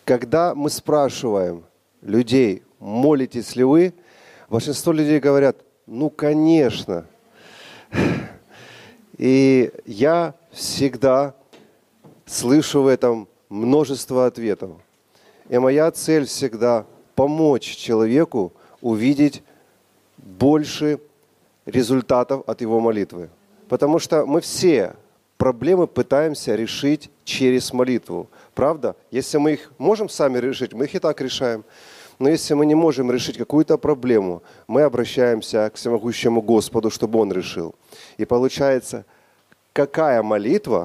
Когда мы спрашиваем людей, молитесь ли вы, большинство людей говорят, ну, конечно. И я всегда слышу в этом множество ответов. И моя цель всегда помочь человеку увидеть больше результатов от его молитвы. Потому что мы все проблемы пытаемся решить через молитву. Правда? Если мы их можем сами решить, мы их и так решаем. Но если мы не можем решить какую-то проблему, мы обращаемся к всемогущему Господу, чтобы Он решил. И получается, какая молитва,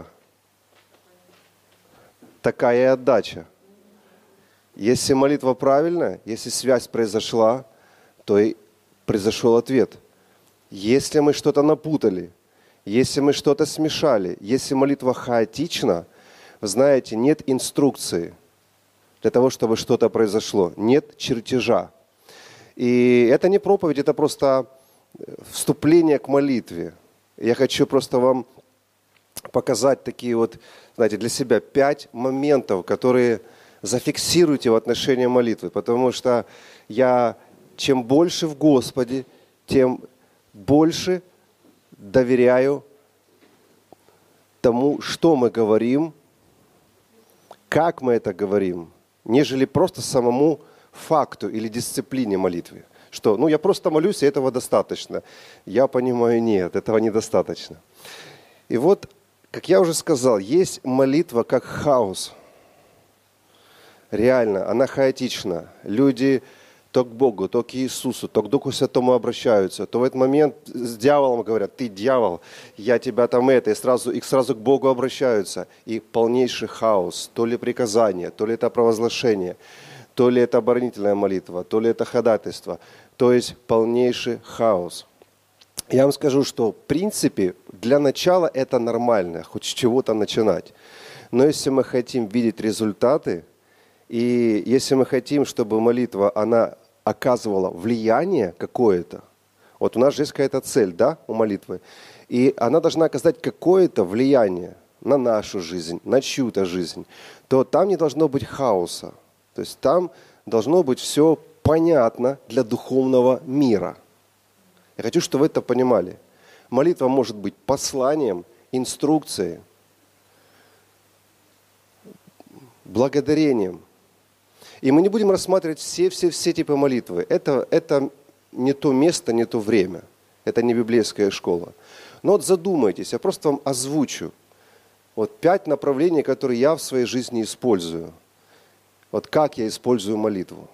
такая и отдача. Если молитва правильная, если связь произошла, то и произошел ответ. Если мы что-то напутали, если мы что-то смешали, если молитва хаотична, вы знаете, нет инструкции для того, чтобы что-то произошло, нет чертежа. И это не проповедь, это просто вступление к молитве. Я хочу просто вам показать такие вот, знаете, для себя 5 моментов, которые зафиксируйте в отношении молитвы, потому что чем больше в Господе, тем больше доверяю тому, что мы говорим, как мы это говорим, нежели просто самому факту или дисциплине молитвы. Что, я просто молюсь, и этого достаточно. Я понимаю, нет, этого недостаточно. И вот, как я уже сказал, есть молитва как хаос. Реально, она хаотична. Люди то к Богу, то к Иисусу, то к Духу Святому обращаются, то в этот момент с дьяволом говорят, ты дьявол, я тебя там и сразу к Богу обращаются. И полнейший хаос, то ли приказание, то ли это провозглашение, то ли это оборонительная молитва, то ли это ходатайство, то есть полнейший хаос. Я вам скажу, что в принципе для начала это нормально, хоть с чего-то начинать. Но если мы хотим видеть результаты, и если мы хотим, чтобы молитва, она оказывала влияние какое-то, вот у нас же есть какая-то цель, да, у молитвы, и она должна оказать какое-то влияние на нашу жизнь, на чью-то жизнь, то там не должно быть хаоса. То есть там должно быть все понятно для духовного мира. Я хочу, чтобы вы это понимали. Молитва может быть посланием, инструкцией, благодарением. И мы не будем рассматривать все типы молитвы. Это не то место, не то время. Это не библейская школа. Но вот задумайтесь, я просто вам озвучу. Вот 5 направлений, которые я в своей жизни использую. Вот как я использую молитву.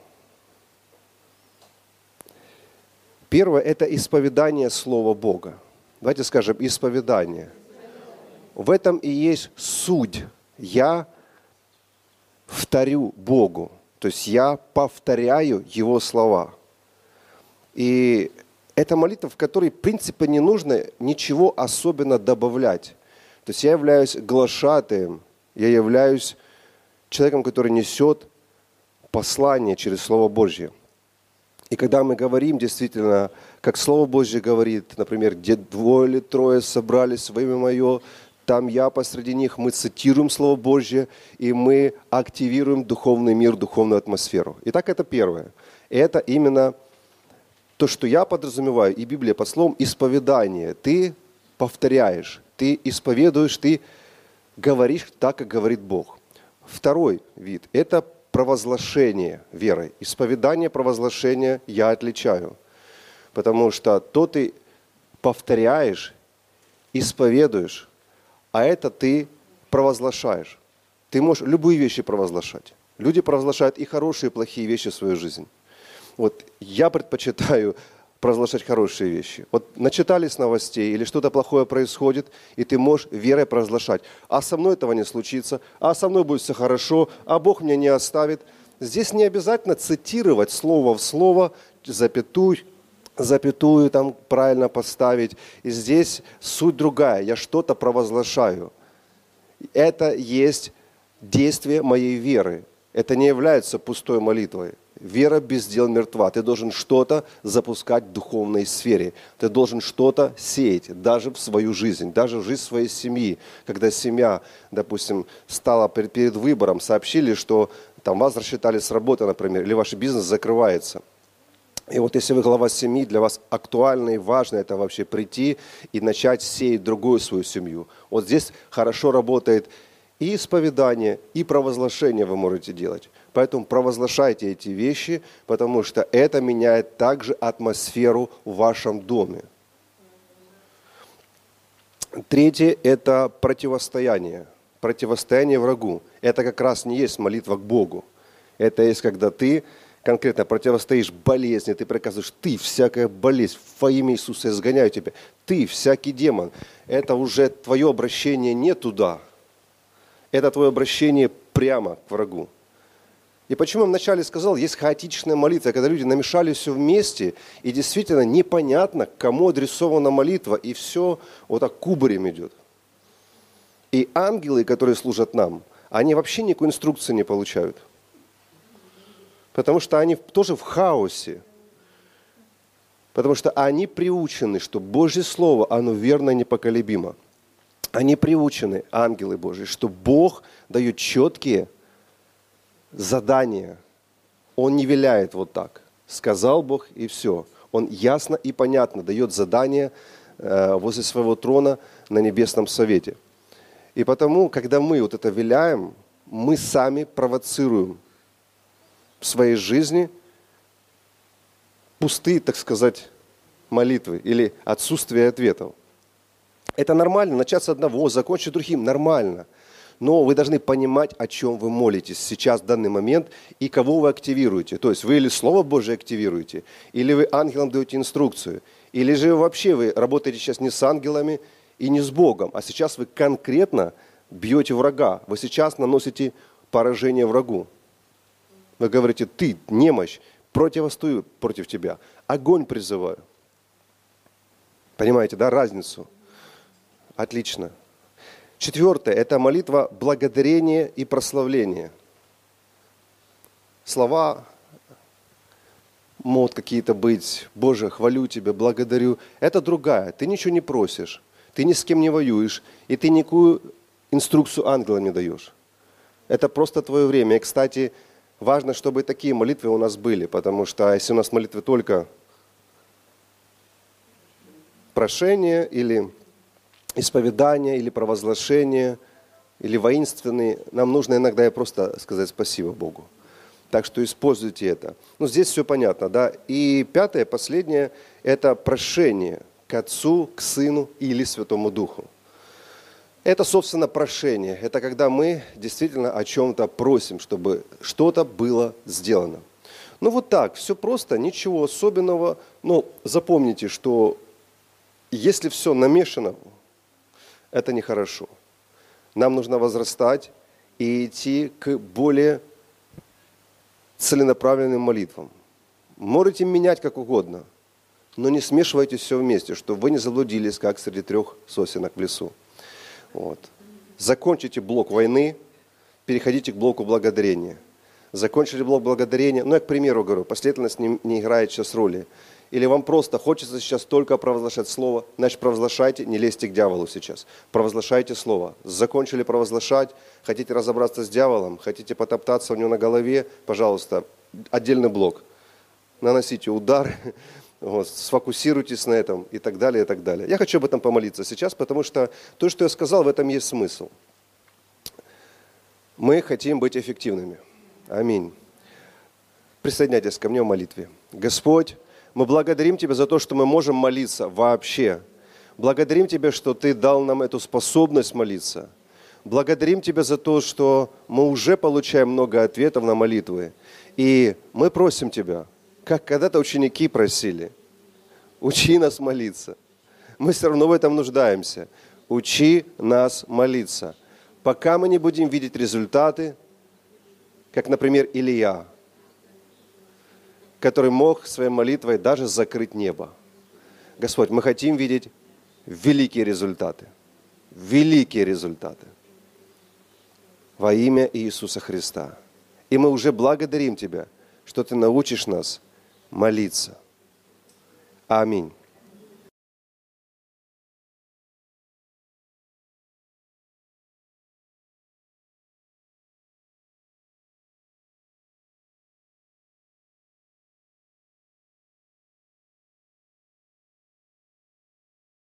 Первое – это исповедание Слова Бога. Давайте скажем исповедание. В этом и есть суть. Я вторю Богу. То есть я повторяю Его слова. И это молитва, в которой, в принципе, не нужно ничего особенно добавлять. То есть я являюсь глашатаем, я являюсь человеком, который несет послание через Слово Божье. И когда мы говорим действительно, как Слово Божье говорит, например, где 2 или 3 собрались во имя Мое, там я посреди них, мы цитируем Слово Божье, и мы активируем духовный мир, духовную атмосферу. Итак, это первое. Это именно то, что я подразумеваю, и Библия под словом исповедание. Ты повторяешь, ты исповедуешь, ты говоришь так, как говорит Бог. Второй вид – это провозглашение верой. Исповедание, провозглашение я отличаю. Потому что то ты повторяешь, исповедуешь, а это ты провозглашаешь. Ты можешь любые вещи провозглашать. Люди провозглашают и хорошие, и плохие вещи в свою жизнь. Вот я предпочитаю провозглашать хорошие вещи. Вот начитались новостей или что-то плохое происходит, и ты можешь верой провозглашать. А со мной этого не случится, а со мной будет все хорошо, а Бог меня не оставит. Здесь не обязательно цитировать слово в слово, запятую там правильно поставить. И здесь суть другая. Я что-то провозглашаю. Это есть действие моей веры. Это не является пустой молитвой. Вера без дел мертва. Ты должен что-то запускать в духовной сфере. Ты должен что-то сеять, даже в свою жизнь, даже в жизнь своей семьи. Когда семья, допустим, стала перед выбором, сообщили, что там вас рассчитали с работы, например, или ваш бизнес закрывается. И вот если вы глава семьи, для вас актуально и важно это вообще прийти и начать сеять другую свою семью. Вот здесь хорошо работает и исповедание, и провозглашение вы можете делать. Поэтому провозглашайте эти вещи, потому что это меняет также атмосферу в вашем доме. Третье – это противостояние. Противостояние врагу. Это как раз не есть молитва к Богу. Это есть, когда ты конкретно противостоишь болезни, ты приказываешь, ты, всякая болезнь, во имя Иисуса изгоняю тебя. Ты, всякий демон. Это уже твое обращение не туда. Это твое обращение прямо к врагу. И почему я вначале сказал, есть хаотичная молитва, когда люди намешали все вместе, и действительно непонятно, к кому адресована молитва, и все вот так кубарем идет. И ангелы, которые служат нам, они вообще никакой инструкции не получают. Потому что они тоже в хаосе. Потому что они приучены, что Божье Слово, оно верно и непоколебимо. Они приучены, ангелы Божьи, что Бог дает четкие задания. Он не виляет вот так. Сказал Бог и все. Он ясно и понятно дает задания возле своего трона на небесном совете. И потому, когда мы вот это виляем, мы сами провоцируем в своей жизни пустые, так сказать, молитвы или отсутствие ответов. Это нормально, начать с одного, закончить другим, нормально. Но вы должны понимать, о чем вы молитесь сейчас, в данный момент, и кого вы активируете. То есть вы или Слово Божие активируете, или вы ангелам даете инструкцию, или же вообще вы работаете сейчас не с ангелами и не с Богом, а сейчас вы конкретно бьете врага. Вы сейчас наносите поражение врагу. Вы говорите, ты, немощь, противостою против тебя, огонь призываю. Понимаете, да, разницу? Отлично. Четвертое – это молитва благодарения и прославления. Слова могут какие-то быть, Боже, хвалю Тебя, благодарю. Это другая. Ты ничего не просишь, ты ни с кем не воюешь, и ты никакую инструкцию ангела не даешь. Это просто твое время. И, кстати, важно, чтобы такие молитвы у нас были, потому что если у нас молитвы только прошение или исповедание, или провозглашение, или воинственные, нам нужно иногда и просто сказать спасибо Богу. Так что используйте это. Ну, здесь все понятно, да. И пятое, последнее, это прошение к Отцу, к Сыну или Святому Духу. Это, собственно, прошение. Это когда мы действительно о чем-то просим, чтобы что-то было сделано. Ну, вот так, все просто, ничего особенного. Но запомните, что если все намешано, это нехорошо. Нам нужно возрастать и идти к более целенаправленным молитвам. Можете менять как угодно, но не смешивайте все вместе, чтобы вы не заблудились, как среди 3 сосенок в лесу. Вот. Закончите блок войны, переходите к блоку благодарения. Закончили блок благодарения, ну я к примеру говорю, последовательность не играет сейчас роли. Или вам просто хочется сейчас только провозглашать Слово, значит провозглашайте, не лезьте к дьяволу сейчас. Провозглашайте Слово. Закончили провозглашать, хотите разобраться с дьяволом, хотите потоптаться у него на голове, пожалуйста, отдельный блок. Наносите удар, вот, сфокусируйтесь на этом и так далее, и так далее. Я хочу об этом помолиться сейчас, потому что то, что я сказал, в этом есть смысл. Мы хотим быть эффективными. Аминь. Присоединяйтесь ко мне в молитве. Господь, мы благодарим Тебя за то, что мы можем молиться вообще. Благодарим Тебя, что Ты дал нам эту способность молиться. Благодарим Тебя за то, что мы уже получаем много ответов на молитвы. И мы просим Тебя, как когда-то ученики просили, учи нас молиться. Мы все равно в этом нуждаемся. Учи нас молиться. Пока мы не будем видеть результаты, как, например, Илия, который мог своей молитвой даже закрыть небо. Господь, мы хотим видеть великие результаты. Великие результаты. Во имя Иисуса Христа. И мы уже благодарим Тебя, что Ты научишь нас молиться. Аминь.